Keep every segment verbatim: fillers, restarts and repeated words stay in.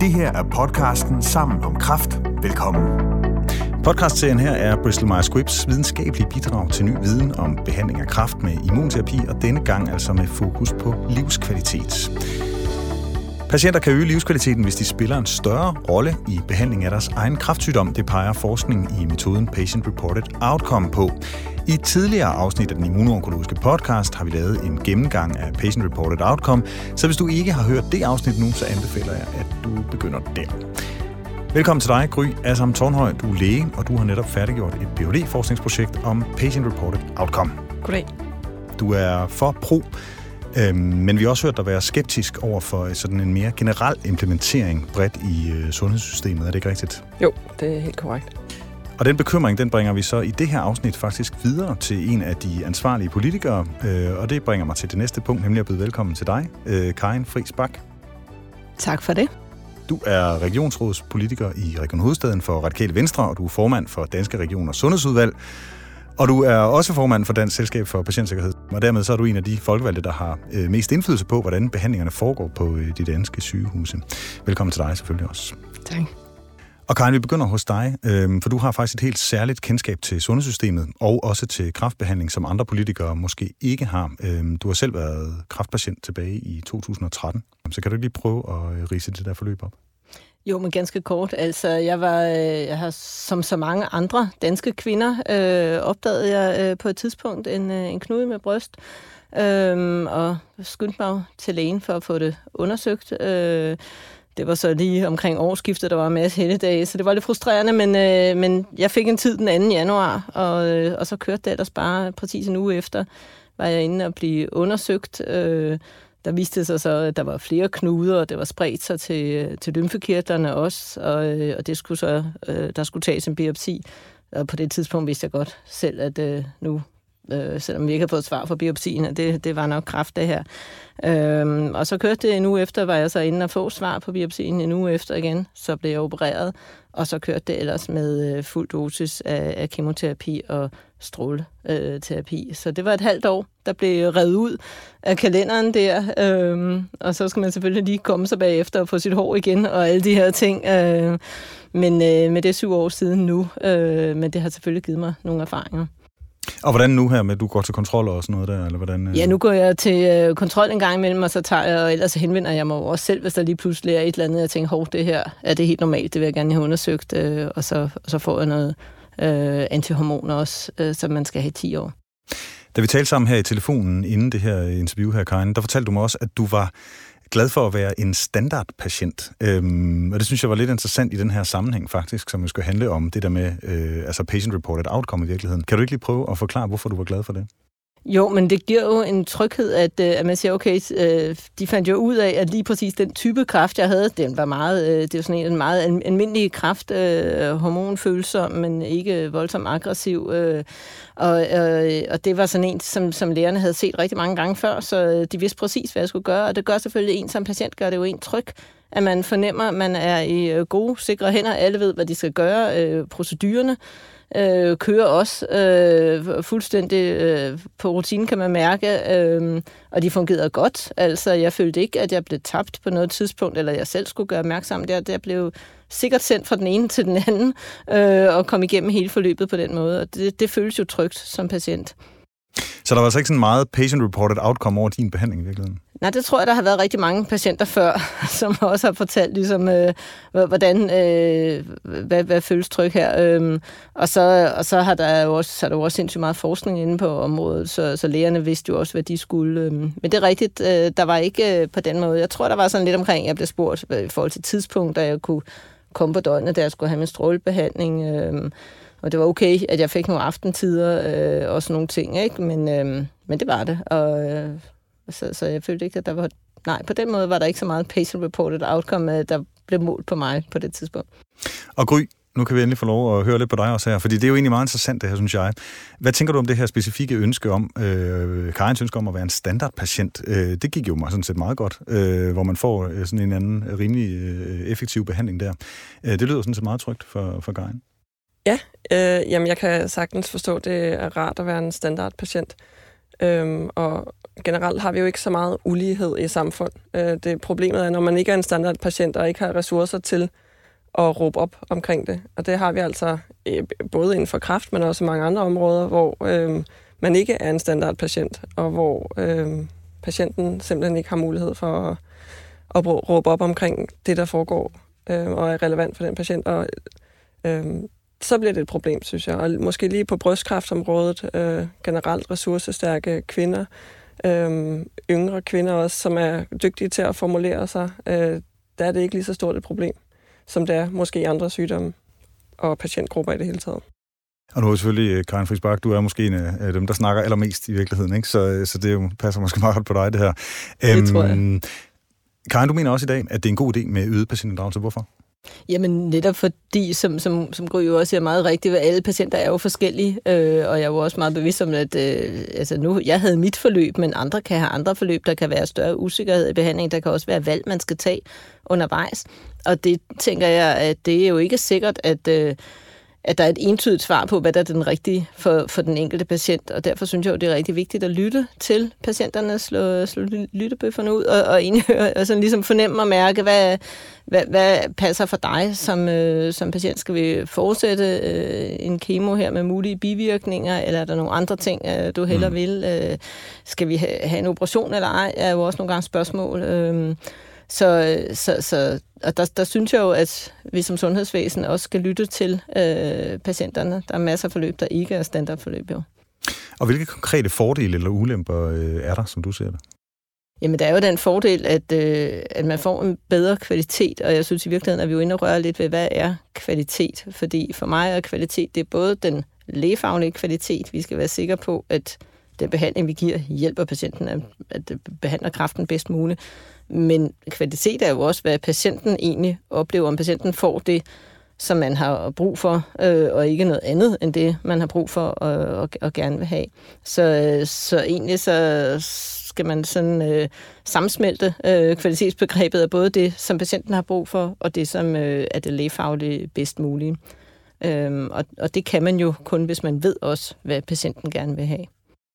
Det her er podcasten Sammen om kræft. Velkommen. Podcastserien her er Bristol Myers Squibbs videnskabelige bidrag til ny viden om behandling af kræft med immunterapi, og denne gang altså med fokus på livskvalitet. Patienter kan øge livskvaliteten, hvis de spiller en større rolle i behandling af deres egen kræftsygdom. Det peger forskning i metoden Patient Reported Outcome på. I et tidligere afsnit af den immuno-onkologiske podcast har vi lavet en gennemgang af Patient Reported Outcome, så hvis du ikke har hørt det afsnit nu, så anbefaler jeg, at du begynder der. Velkommen til dig, Gry Assam Tornhøj. Du er læge, og du har netop færdiggjort et P H D-forskningsprojekt om Patient Reported Outcome. Goddag. Du er for pro, øhm, men vi har også hørt dig være skeptisk over for sådan en mere generel implementering bredt i øh, sundhedssystemet. Er det ikke rigtigt? Jo, det er helt korrekt. Og den bekymring, den bringer vi så i det her afsnit faktisk videre til en af de ansvarlige politikere, øh, og det bringer mig til det næste punkt, nemlig at byde velkommen til dig, øh, Karin Friis Bach. Tak for det. Du er regionsrådspolitiker i Region Hovedstaden for Radikale Venstre, og du er formand for Danske Regioners Sundhedsudvalg. Og du er også formand for Dansk Selskab for Patientsikkerhed. Og dermed så er du en af de folkevalgte, der har øh, mest indflydelse på, hvordan behandlingerne foregår på øh, de danske sygehuse. Velkommen til dig selvfølgelig også. Tak. Og Karin, vi begynder hos dig, øh, for du har faktisk et helt særligt kendskab til sundhedssystemet, og også til kræftbehandling, som andre politikere måske ikke har. Øh, du har selv været kræftpatient tilbage i to tusind og tretten, så kan du ikke lige prøve at ridse det der forløb op? Jo, men ganske kort. Altså, jeg var, jeg har som så mange andre danske kvinder, øh, opdagede jeg øh, på et tidspunkt en, en knude med bryst, øh, og skyndte mig til lægen for at få det undersøgt. Øh, det var så lige omkring årsskiftet, der var en masse helligdage, så det var lidt frustrerende, men, øh, men jeg fik en tid den anden januar, og, øh, og så kørte det ellers bare præcis en uge efter, var jeg inde og blive undersøgt. Øh, Der viste sig så, at der var flere knuder, og det var spredt sig til, til lymfekirtlerne også, og, og det skulle så, der skulle tages en biopsi. Og på det tidspunkt vidste jeg godt selv, at nu, selvom vi ikke havde fået svar fra biopsien, at det, det var nok kræft, det her. Og så kørte det en uge efter, var jeg så inde og få svar på biopsien en uge efter igen, så blev jeg opereret, og så kørte det ellers med fuld dosis af, af kemoterapi og stråleterapi. Så det var et halvt år, der blev revet ud af kalenderen der, øhm, og så skal man selvfølgelig lige komme sig bagefter og få sit hår igen og alle de her ting. Øh, men øh, med det er syv år siden nu, øh, men det har selvfølgelig givet mig nogle erfaringer. Og hvordan nu her med, at du går til kontrol og sådan noget der, eller hvordan? Øh... Ja, nu går jeg til øh, kontrol en gang imellem, og så tager jeg, og ellers henvender jeg mig også selv, hvis der lige pludselig er et eller andet, jeg tænker, hov, det her, er det helt normalt, det vil jeg gerne have undersøgt, øh, og, så, og så får jeg noget øh, antihormoner også, øh, som man skal have i ti år. Da vi talte sammen her i telefonen, inden det her interview her, Karin, der fortalte du mig også, at du var glad for at være en standardpatient. Øhm, og det synes jeg var lidt interessant i den her sammenhæng faktisk, som skal handle om det der med øh, altså patient reported outcome i virkeligheden. Kan du ikke lige prøve at forklare, hvorfor du var glad for det? Jo, men det giver jo en tryghed, at, at man siger, okay, de fandt jo ud af, at lige præcis den type kræft, jeg havde, den var meget, det er sådan en meget almindelig kræft, hormonfølsom, men ikke voldsomt aggressiv. Og, og det var sådan en, som, som lægerne havde set rigtig mange gange før, så de vidste præcis, hvad jeg skulle gøre. Og det gør selvfølgelig en som patient, gør det jo en tryg, at man fornemmer, at man er i gode, sikre hænder. Alle ved, hvad de skal gøre, procedurerne. Øh, kører også øh, fuldstændig øh, på rutinen, kan man mærke, øh, og de fungerede godt. Altså, jeg følte ikke, at jeg blev tabt på noget tidspunkt, eller jeg selv skulle gøre opmærksom. Der, der blev sikkert sendt fra den ene til den anden, øh, og kom igennem hele forløbet på den måde, og det, det føles jo trygt som patient. Så der var altså ikke sådan meget patient-reported outcome over din behandling i virkeligheden? Nej, det tror jeg, der har været rigtig mange patienter før, som også har fortalt, ligesom, øh, hvordan, øh, hvad, hvad føles tryg her. Øhm, og så, og så har der jo også, så er der jo også sindssygt meget forskning inde på området, så, så lægerne vidste jo også, hvad de skulle. Øhm. Men det er rigtigt, øh, der var ikke øh, på den måde. Jeg tror, der var sådan lidt omkring, jeg blev spurgt i forhold til tidspunkt, da jeg kunne komme på døgnet, da jeg skulle have min strålebehandling. Øh, Og det var okay, at jeg fik nogle aftentider øh, og sådan nogle ting, ikke? Men, øh, men det var det. Og, øh, så, så jeg følte ikke, at der var... Nej, på den måde var der ikke så meget patient-reported outcome, der blev målt på mig på det tidspunkt. Og Gry, nu kan vi endelig få lov at høre lidt på dig også her, fordi det er jo egentlig meget interessant det her, synes jeg. Hvad tænker du om det her specifikke ønske om, øh, Karins ønske om at være en standardpatient? Øh, det gik jo mig sådan set meget godt, øh, hvor man får øh, sådan en anden rimelig øh, effektiv behandling der. Øh, det lyder sådan set meget trygt for, for Karin. Ja, øh, jamen jeg kan sagtens forstå, at det er rart at være en standardpatient. Øhm, og generelt har vi jo ikke så meget ulighed i samfund. Øh, det problemet er, når man ikke er en standardpatient og ikke har ressourcer til at råbe op omkring det. Og det har vi altså øh, både inden for kræft, men også mange andre områder, hvor øh, man ikke er en standardpatient, og hvor øh, patienten simpelthen ikke har mulighed for at, at råbe op omkring det, der foregår, øh, og er relevant for den patient. Og øh, så bliver det et problem, synes jeg. Og måske lige på brystkræftområdet, øh, generelt ressourcestærke kvinder, øh, yngre kvinder også, som er dygtige til at formulere sig, øh, der er det ikke lige så stort et problem, som det er måske i andre sygdomme og patientgrupper i det hele taget. Og nu er selvfølgelig, Karin Friis Bach, du er måske en af dem, der snakker allermest i virkeligheden, ikke? Så, så det jo passer måske meget godt på dig, det her. Det æm, tror jeg. Karin, du mener også i dag, at det er en god idé med øget patientinddragelse. Hvorfor? Jamen netop fordi, som, som, som Gry jo også siger meget rigtigt, at alle patienter er jo forskellige, øh, og jeg er jo også meget bevidst om, at øh, altså nu, jeg havde mit forløb, men andre kan have andre forløb, der kan være større usikkerhed i behandling, der kan også være valg, man skal tage undervejs. Og det tænker jeg, at det er jo ikke sikkert, at, øh, at der er et entydigt svar på, hvad der er den rigtige for, for den enkelte patient, og derfor synes jeg jo, det er rigtig vigtigt at lytte til patienterne, slå, slå lyttebøfferne ud, og, og egentlig høre, og sådan ligesom fornemme og mærke, hvad, hvad, hvad passer for dig som, øh, som patient. Skal vi fortsætte øh, en kemo her med mulige bivirkninger, eller er der nogle andre ting, øh, du hellere vil? Øh, skal vi have, have en operation eller ej? Er jo også nogle gange spørgsmål. Øh, Så, så, så og der, der synes jeg jo, at vi som sundhedsvæsen også skal lytte til øh, patienterne. Der er masser af forløb, der ikke er standardforløb jo. Og hvilke konkrete fordele eller ulemper øh, er der, som du ser det? Jamen, der er jo den fordel, at, øh, at man får en bedre kvalitet, og jeg synes i virkeligheden, at vi jo inde og rører lidt ved, hvad er kvalitet? Fordi for mig er kvalitet, det er både den lægefaglige kvalitet. Vi skal være sikre på, at den behandling, vi giver, hjælper patienten at, at behandle kræften bedst muligt. Men kvalitet er jo også, hvad patienten egentlig oplever, om patienten får det, som man har brug for, øh, og ikke noget andet end det, man har brug for og, og, og gerne vil have. Så, så egentlig så skal man sådan øh, sammensmelte øh, kvalitetsbegrebet af både det, som patienten har brug for, og det, som øh, er det lægefaglige bedst mulige. Øhm, og, og det kan man jo kun, hvis man ved også, hvad patienten gerne vil have.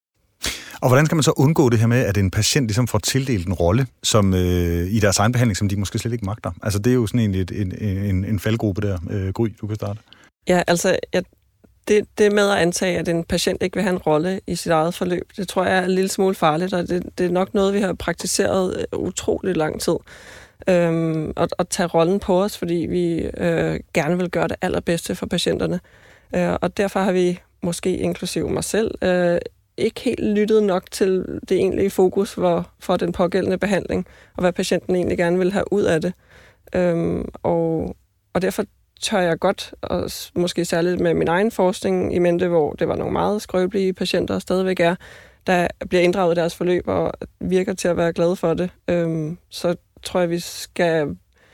Og hvordan kan man så undgå det her med, at en patient ligesom får tildelt en rolle som, øh, i deres egen behandling, som de måske slet ikke magter? Altså det er jo sådan egentlig et, en, en, en faldgruppe der. Øh, Gry, du kan starte. Ja, altså jeg, det, det med at antage, at en patient ikke vil have en rolle i sit eget forløb, det tror jeg er en lille smule farligt, og det, det er nok noget, vi har praktiseret utrolig lang tid. Øhm, at, at tage rollen på os, fordi vi øh, gerne vil gøre det allerbedste for patienterne. Øh, og derfor har vi, måske inklusive mig selv, øh, ikke helt lyttet nok til det egentlige fokus for, for den pågældende behandling, og hvad patienten egentlig gerne vil have ud af det. Øhm, og, og derfor tør jeg godt, og måske særligt med min egen forskning i mente, hvor det var nogle meget skrøbelige patienter, og stadigvæk er, der bliver inddraget i deres forløb, og virker til at være glade for det. Øhm, så tror jeg, vi skal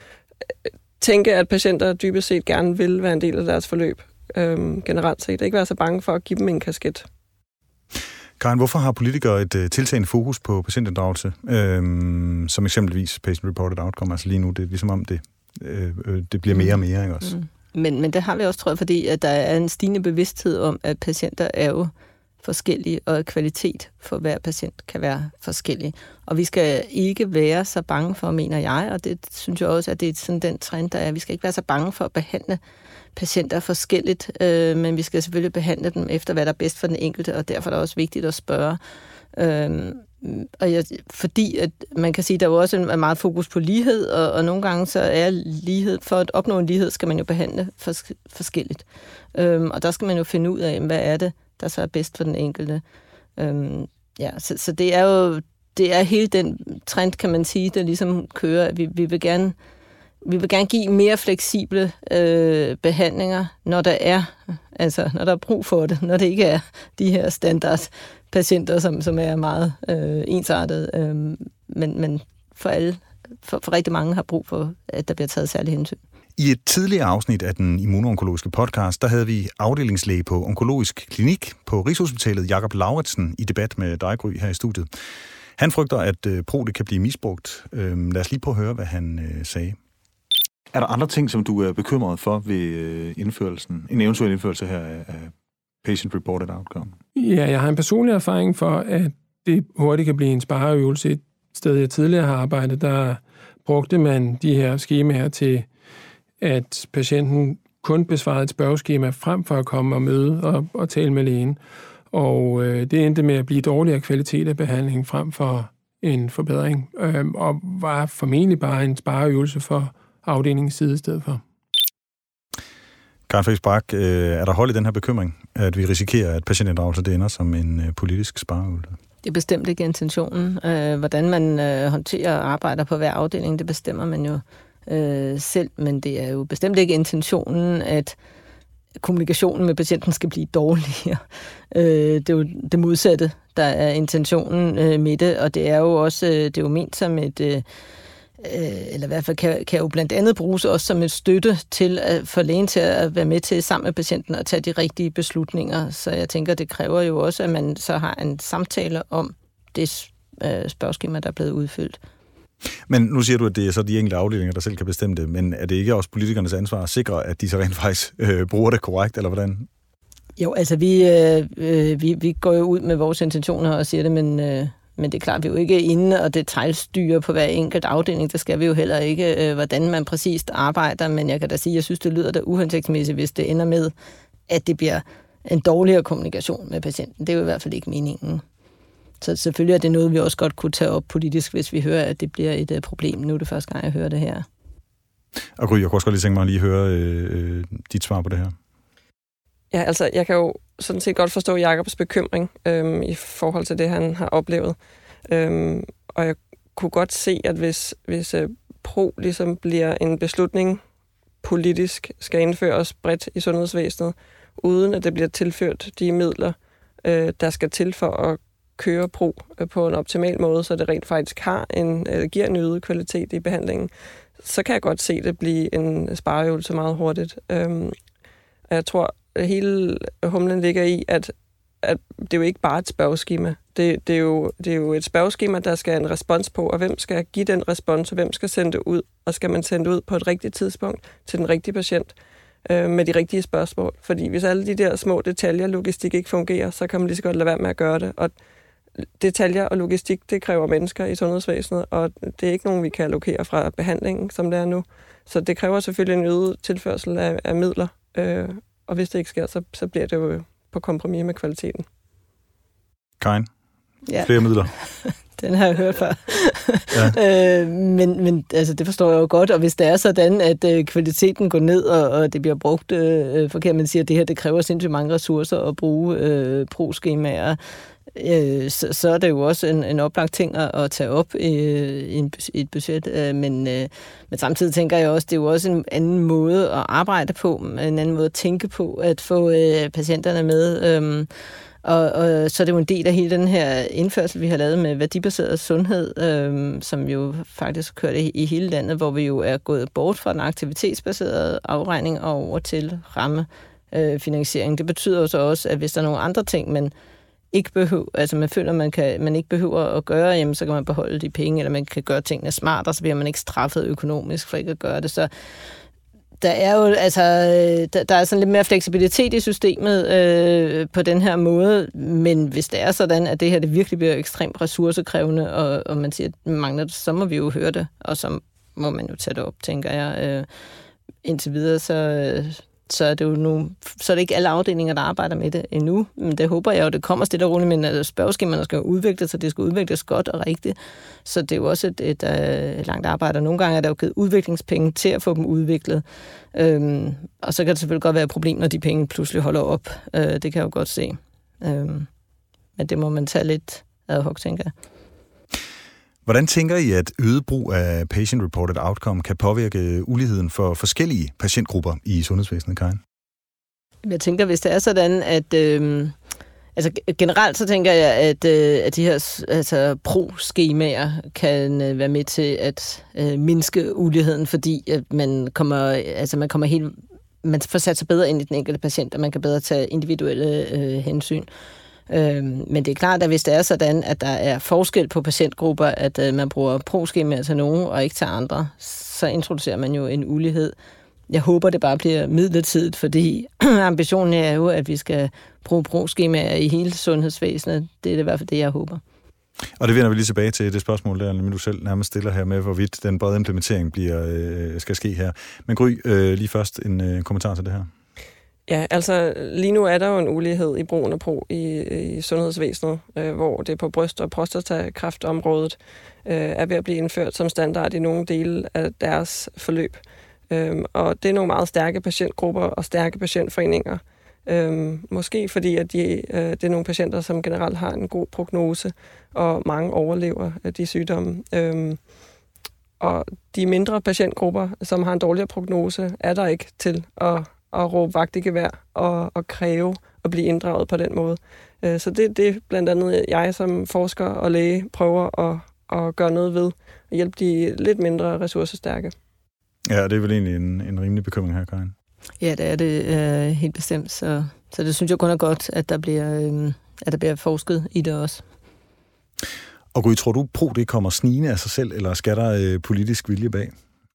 tænke, at patienter dybest set gerne vil være en del af deres forløb, øhm, generelt set. Ikke være så bange for at give dem en kasket. Karin, hvorfor har politikere et uh, tiltagende fokus på patientinddragelse, øhm, som eksempelvis patient-reported outcome? Altså lige nu, det er ligesom om det, øh, det bliver mere og mere, ikke også? Mm. Men, men det har vi også, tror jeg, fordi at der er en stigende bevidsthed om, at patienter er jo forskellige, og at kvalitet for hver patient kan være forskellig. Og vi skal ikke være så bange for, mener jeg, og det synes jeg også, at det er sådan den trend, der er. Vi skal ikke være så bange for at behandle patienter forskelligt, øh, men vi skal selvfølgelig behandle dem efter, hvad der er bedst for den enkelte, og derfor er det også vigtigt at spørge. Øh, og jeg, fordi at man kan sige, at der er jo også en meget fokus på lighed, og, og nogle gange så er lighed, for at opnå en lighed, skal man jo behandle fors- forskelligt. Øh, og der skal man jo finde ud af, hvad er det, der så er bedst for den enkelte. Øh, ja, så, så det er jo det er hele den trend, kan man sige, der ligesom kører, at vi, vi vil gerne Vi vil gerne give mere fleksible øh, behandlinger, når der er, altså når der er brug for det, når det ikke er de her standardpatienter, som, som er meget øh, ensartet, øh, men, men for alle, for, for rigtig mange har brug for, at der bliver taget særlig hensyn. I et tidligere afsnit af den immuno-onkologiske podcast, der havde vi afdelingslæge på Onkologisk Klinik på Rigshospitalet, Jakob Lauritsen, i debat med dig, Gry, her i studiet. Han frygter, at øh, Pro det kan blive misbrugt. Øh, lad os lige prøve at høre, hvad han øh, sagde. Er der andre ting, som du er bekymret for ved indførelsen, en eventuel indførelse her af patient-reported outcome? Ja, jeg har en personlig erfaring for, at det hurtigt kan blive en spareøvelse. Et sted, jeg tidligere har arbejdet, der brugte man de her skemaer til, at patienten kun besvarede et spørgeskema frem for at komme og møde og, og tale med lægen. Og øh, det endte med at blive dårligere kvalitet af behandlingen frem for en forbedring, øh, og var formentlig bare en spareøvelse for afdelingens side i stedet for. Karen Friis Bach, er der hold i den her bekymring, at vi risikerer, at patientinddragelse det ender som en politisk spareøvelse? Det er bestemt ikke intentionen. Hvordan man håndterer og arbejder på hver afdeling, det bestemmer man jo selv, men det er jo bestemt ikke intentionen, at kommunikationen med patienten skal blive dårligere. Det er jo det modsatte, der er intentionen med det, og det er jo også det er jo ment som et eller i hvert fald kan, kan jo blandt andet bruges også som et støtte til at få lægen til at være med til sammen med patienten og tage de rigtige beslutninger. Så jeg tænker, det kræver jo også, at man så har en samtale om det spørgeskema, der er blevet udfyldt. Men nu siger du, at det er så de enkelte afdelinger, der selv kan bestemme det, men er det ikke også politikernes ansvar at sikre, at de så rent faktisk øh, bruger det korrekt, eller hvordan? Jo, altså vi, øh, vi, vi går jo ud med vores intentioner og siger det, men... Øh, Men det er klart, vi er jo ikke inde og detaljstyre på hver enkelt afdeling. Det skal vi jo heller ikke, øh, hvordan man præcist arbejder. Men jeg kan da sige, at jeg synes, det lyder da uhensigtsmæssigt, hvis det ender med, at det bliver en dårligere kommunikation med patienten. Det er jo i hvert fald ikke meningen. Så selvfølgelig er det noget, vi også godt kunne tage op politisk, hvis vi hører, at det bliver et uh, problem. Nu er det første gang, jeg hører det her. Og Gry, jeg kunne også godt lige tænke mig at lige høre øh, dit svar på det her. Ja, altså, jeg kan jo sådan set godt forstå Jacobs bekymring øhm, i forhold til det, han har oplevet. Øhm, og jeg kunne godt se, at hvis, hvis øh, pro ligesom bliver en beslutning politisk, skal indføres bredt i sundhedsvæsenet, uden at det bliver tilført de midler, øh, der skal til for at køre pro øh, på en optimal måde, så det rent faktisk har en, øh, giver en øget kvalitet i behandlingen, så kan jeg godt se det blive en spareøvelse meget hurtigt. Øhm, og jeg tror, hele humlen ligger i, at, at det er jo ikke bare et spørgeskema. Det, det, er jo, det er jo et spørgeskema, der skal en respons på, og hvem skal give den respons, og hvem skal sende det ud, og skal man sende det ud på et rigtigt tidspunkt til den rigtige patient øh, med de rigtige spørgsmål. Fordi hvis alle de der små detaljer, logistik ikke fungerer, så kan man lige så godt lade være med at gøre det. Og detaljer og logistik, det kræver mennesker i sundhedsvæsenet, og det er ikke nogen, vi kan allokere fra behandlingen, som det er nu. Så det kræver selvfølgelig en øget tilførsel af, af midler, øh, og hvis det ikke sker, så, så bliver det jo på kompromis med kvaliteten. Karin? Ja. Flere midler? Den har jeg hørt før. Ja. øh, men men altså, det forstår jeg jo godt, og hvis det er sådan, at øh, kvaliteten går ned, og, og det bliver brugt øh, forkert, man siger, at det her det kræver sindssygt mange ressourcer at bruge øh, pro-skemaer, øh, så, så er det jo også en, en oplagt ting at, at tage op i, i, en, i et budget. Øh, men, øh, men samtidig tænker jeg også, det er jo også en anden måde at arbejde på, en anden måde at tænke på, at få øh, patienterne med. Øh, Og, og så er det jo en del af hele den her indførsel, vi har lavet med værdibaseret sundhed, øhm, som jo faktisk kører det i hele landet, hvor vi jo er gået bort fra den aktivitetsbaserede afregning og over til rammefinansiering. Øh, det betyder jo så også, at hvis der er nogle andre ting, man ikke behøver, altså man føler, man, kan, man ikke behøver at gøre, jamen, så kan man beholde de penge, eller man kan gøre tingene smartere, så bliver man ikke straffet økonomisk for ikke at gøre det. Så Der er jo altså der, der er sådan lidt mere fleksibilitet i systemet øh, på den her måde, men hvis det er sådan, at det her det virkelig bliver ekstremt ressourcekrævende, og, og man siger, at man mangler det, så må vi jo høre det, og så må man jo tage det op, tænker jeg. Øh, indtil videre, så, så er det jo nu, så er det ikke alle afdelinger, der arbejder med det endnu, men det håber jeg jo, det kommer stille og roligt, men spørgeskemaerne skal jo udvikles, så det skal udvikles godt og rigtigt. Så det er jo også et, et, et langt arbejde, og nogle gange er der jo givet udviklingspenge til at få dem udviklet. Øhm, og så kan det selvfølgelig godt være et problem, når de penge pludselig holder op. Øh, det kan jeg jo godt se. Øhm, men det må man tage lidt ad hoc, tænker jeg. Hvordan tænker I, at øget brug af patient-reported outcome kan påvirke uligheden for forskellige patientgrupper i sundhedsvæsenet, Karin? Jeg tænker, hvis det er sådan, at øh, altså generelt så tænker jeg, at, øh, at de her altså, pro-skemaer kan øh, være med til at øh, mindske uligheden, fordi at man kommer, altså man kommer helt, man får sat sig bedre ind i den enkelte patient, og man kan bedre tage individuelle øh, hensyn. Men det er klart, at hvis det er sådan, at der er forskel på patientgrupper, at man bruger pro-skemaer til nogen og ikke til andre, så introducerer man jo en ulighed. Jeg håber, det bare bliver midlertidigt, fordi ambitionen er jo, at vi skal bruge pro-skemaer i hele sundhedsvæsenet. Det er det i hvert fald det, jeg håber. Og det vender vi lige tilbage til, det spørgsmål der, du selv nærmest stiller her med, hvorvidt den brede implementering bliver, øh, skal ske her. Men Gry, øh, lige først en øh, kommentar til det her. Ja, altså lige nu er der jo en ulighed i brugen af Pro i, i sundhedsvæsenet, øh, hvor det på bryst- og prostatakræftområdet øh, er ved at blive indført som standard i nogle dele af deres forløb. Øh, og det er nogle meget stærke patientgrupper og stærke patientforeninger. Øh, måske fordi, at de, øh, det er nogle patienter, som generelt har en god prognose, og mange overlever de sygdomme. Øh, og de mindre patientgrupper, som har en dårligere prognose, er der ikke til at og råbe vagt i gevær og, og kræve at blive inddraget på den måde. Så det, det er blandt andet jeg som forsker og læge prøver at, at gøre noget ved, og hjælpe de lidt mindre ressourcestærke. Ja, det er vel egentlig en, en rimelig bekymring her, Karin. Ja, det er det øh, helt bestemt, så, så det synes jeg kun er godt, at der bliver, øh, at der bliver forsket i det også. Og Gry, tror du, Pro det kommer snigende af sig selv, eller skal der øh, politisk vilje bag?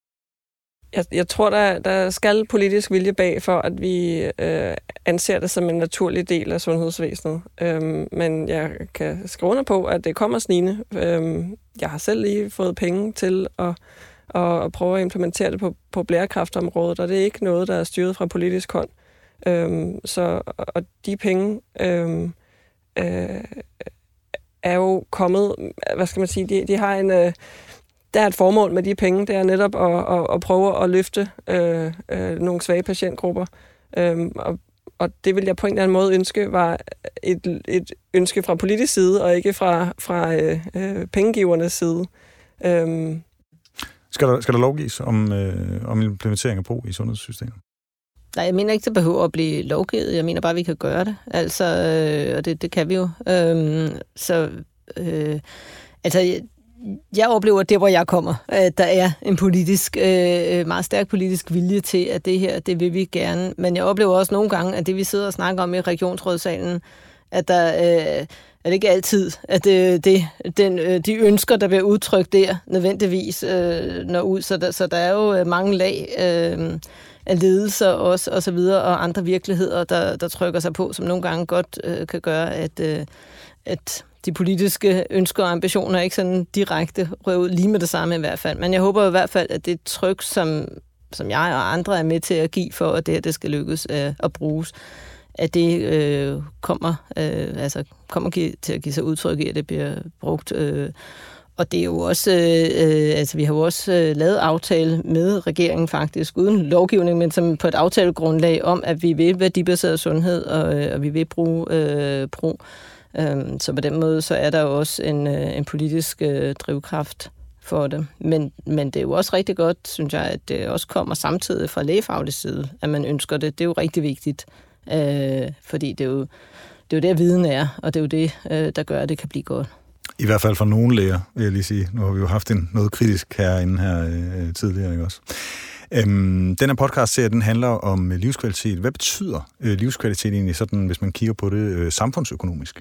Jeg, jeg tror, der, der skal politisk vilje bag for, at vi øh, anser det som en naturlig del af sundhedsvæsenet. Øhm, men jeg kan skrive under på, at det kommer snigende. Øhm, jeg har selv lige fået penge til at, at, at prøve at implementere det på, på blærekræftområdet, og det er ikke noget, der er styret fra politisk hånd. Øhm, så, og de penge øh, øh, er jo kommet, hvad skal man sige, de, de har en... Øh, Der er et formål med de penge, det er netop at, at, at prøve at løfte øh, øh, nogle svage patientgrupper. Øhm, og, og det vil jeg på en eller anden måde ønske var et, et ønske fra politisk side, og ikke fra, fra øh, øh, pengegivernes side. Øhm. Skal der, skal der lovgives om, øh, om implementering af Pro i sundhedssystemet? Nej, jeg mener ikke, det behøver at blive lovgivet. Jeg mener bare, at vi kan gøre det. Altså, øh, og det, det kan vi jo. Øhm, så, øh, altså... Jeg oplever det, hvor jeg kommer, at der er en politisk, øh, meget stærk politisk vilje til, at det her, det vil vi gerne. Men jeg oplever også nogle gange, at det, vi sidder og snakker om i regionsrådssalen, at der øh, er det ikke altid, at det, det, den, øh, de ønsker, der bliver udtrykt der, nødvendigvis øh, når ud. Så der, så der er jo mange lag øh, af ledelser også, og så videre, og andre virkeligheder, der, der trykker sig på, som nogle gange godt øh, kan gøre, at, øh, at de politiske ønsker og ambitioner ikke sådan direkte røver ud lige med det samme i hvert fald. Men jeg håber i hvert fald, at det tryk, som, som jeg og andre er med til at give for, at det her det skal lykkes øh, at bruges, at det øh, kommer, øh, altså, kommer til at give sig udtryk i, at det bliver brugt. Øh. Og det er jo også, øh, altså vi har jo også øh, lavet aftale med regeringen faktisk, uden lovgivning, men som på et aftalegrundlag om, at vi vil værdibaseret sundhed, og, øh, og vi vil bruge øh, Pro. Så på den måde, så er der jo også en, en politisk øh, drivkraft for det. Men, men det er jo også rigtig godt, synes jeg, at det også kommer samtidig fra lægefaglig side, at man ønsker det. Det er jo rigtig vigtigt, øh, fordi det er jo, det er jo der, viden er, og det er jo det, øh, der gør, at det kan blive godt. I hvert fald for nogle læger, vil jeg lige sige. Nu har vi jo haft en, noget kritisk herinde her øh, tidligere, ikke også? Øhm, den her podcast-serie, den handler om livskvalitet. Hvad betyder øh, livskvalitet egentlig, sådan, hvis man kigger på det øh, samfundsøkonomisk?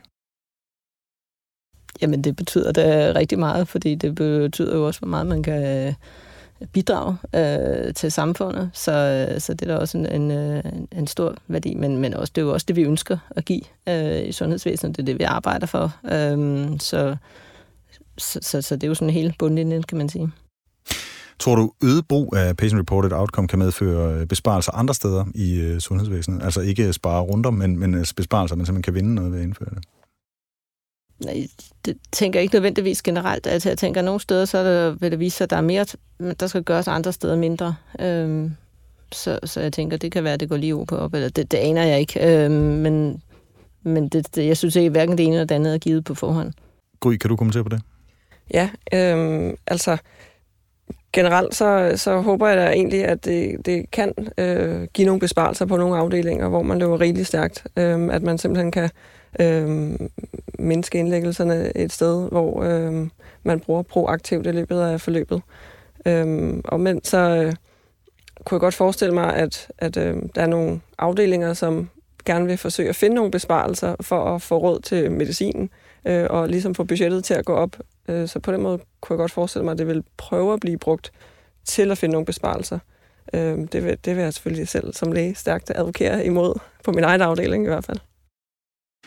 Jamen, det betyder da rigtig meget, fordi det betyder jo også, hvor meget man kan bidrage øh, til samfundet. Så, så det er da også en, en, en stor værdi, men, men også, det er jo også det, vi ønsker at give øh, i sundhedsvæsenet. Det er det, vi arbejder for. Øh, så, så, så, så det er jo sådan en hele bundlinje, kan man sige. Tror du, øget brug af patient-reported outcome kan medføre besparelser andre steder i øh, sundhedsvæsenet? Altså ikke spare runder, men, men besparelser, man simpelthen kan vinde noget ved at indføre det? Nej, det tænker jeg ikke nødvendigvis generelt. Altså, jeg tænker, at nogle steder, så der, vil det vise sig, at der er mere, der skal gøres andre steder mindre. Øhm, så, så jeg tænker, det kan være, at det går lige op op, eller det, det aner jeg ikke. Øhm, men men det, det, jeg synes ikke, hverken det ene eller det andet er givet på forhånd. Gry, kan du kommentere på det? Ja, øhm, altså generelt så, så håber jeg da egentlig, at det, det kan øh, give nogle besparelser på nogle afdelinger, hvor man løber rigtig stærkt. Øh, at man simpelthen kan øh, mindske indlæggelserne et sted, hvor øh, man bruger proaktivt i løbet af forløbet. Øh, og men så øh, kunne jeg godt forestille mig, at, at øh, der er nogle afdelinger, som gerne vil forsøge at finde nogle besparelser for at få råd til medicinen, øh, og ligesom få budgettet til at gå op. Øh, så på den måde kunne jeg godt forestille mig, at det vil prøve at blive brugt til at finde nogle besparelser. Øh, det, vil, det vil jeg selvfølgelig selv som læge stærkt advokere imod, på min egen afdeling i hvert fald.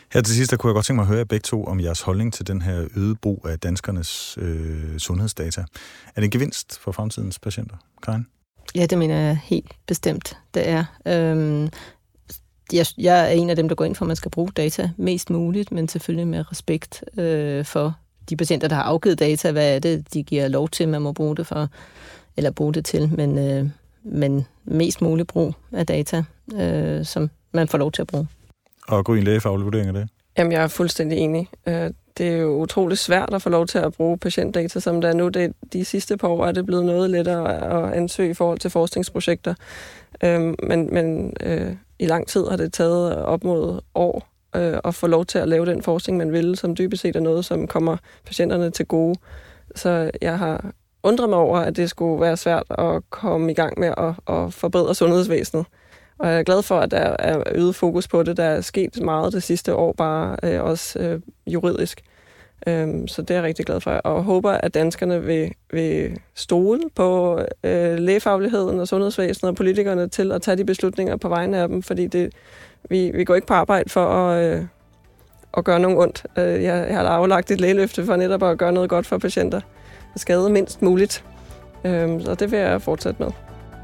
Her til sidst, der kunne jeg godt tænke mig at høre jer begge to om jeres holdning til den her øgede brug af danskernes øh, sundhedsdata. Er det en gevinst for fremtidens patienter, Karin? Ja, det mener jeg helt bestemt, det er. Øhm, jeg, jeg er en af dem, der går ind for, at man skal bruge data mest muligt, men selvfølgelig med respekt øh, for de patienter, der har afgivet data. Hvad er det, de giver lov til, man må bruge det for, eller bruge det til, men, øh, men mest muligt brug af data, øh, som man får lov til at bruge. Og gå i en lægefaglig vurdering af det? Jamen, jeg er fuldstændig enig. Det er jo utroligt svært at få lov til at bruge patientdata, som det er nu. Det, de sidste par år er det blevet noget lettere at ansøge i forhold til forskningsprojekter. Men, men øh, i lang tid har det taget op mod år øh, at få lov til at lave den forskning, man vil, som dybest set er noget, som kommer patienterne til gode. Så jeg har undret mig over, at det skulle være svært at komme i gang med at, at forbedre sundhedsvæsenet. Og jeg er glad for, at der er øget fokus på det. Der er sket meget det sidste år, bare øh, også øh, juridisk. Øhm, så det er jeg rigtig glad for. Og håber, at danskerne vil, vil stole på øh, lægefagligheden og sundhedsvæsenet og politikerne til at tage de beslutninger på vegne af dem. Fordi det, vi, vi går ikke på arbejde for at, øh, at gøre nogen ondt. Jeg, jeg har aflagt et lægeløfte for netop at gøre noget godt for patienter. Og skade mindst muligt. Øhm, så det vil jeg fortsætte med.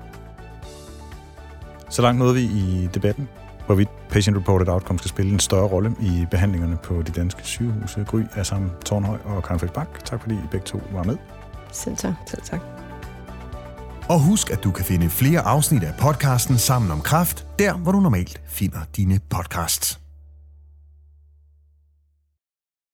Så langt nåede vi i debatten, hvorvidt patient-reported outcome skal spille en større rolle i behandlingerne på de danske sygehuse. Gry, Assam Tornhøj og Karin Friis Bach. Tak fordi I begge to var med. Selv tak. Selv tak. Og husk, at du kan finde flere afsnit af podcasten Sammen om Kræft, der hvor du normalt finder dine podcasts.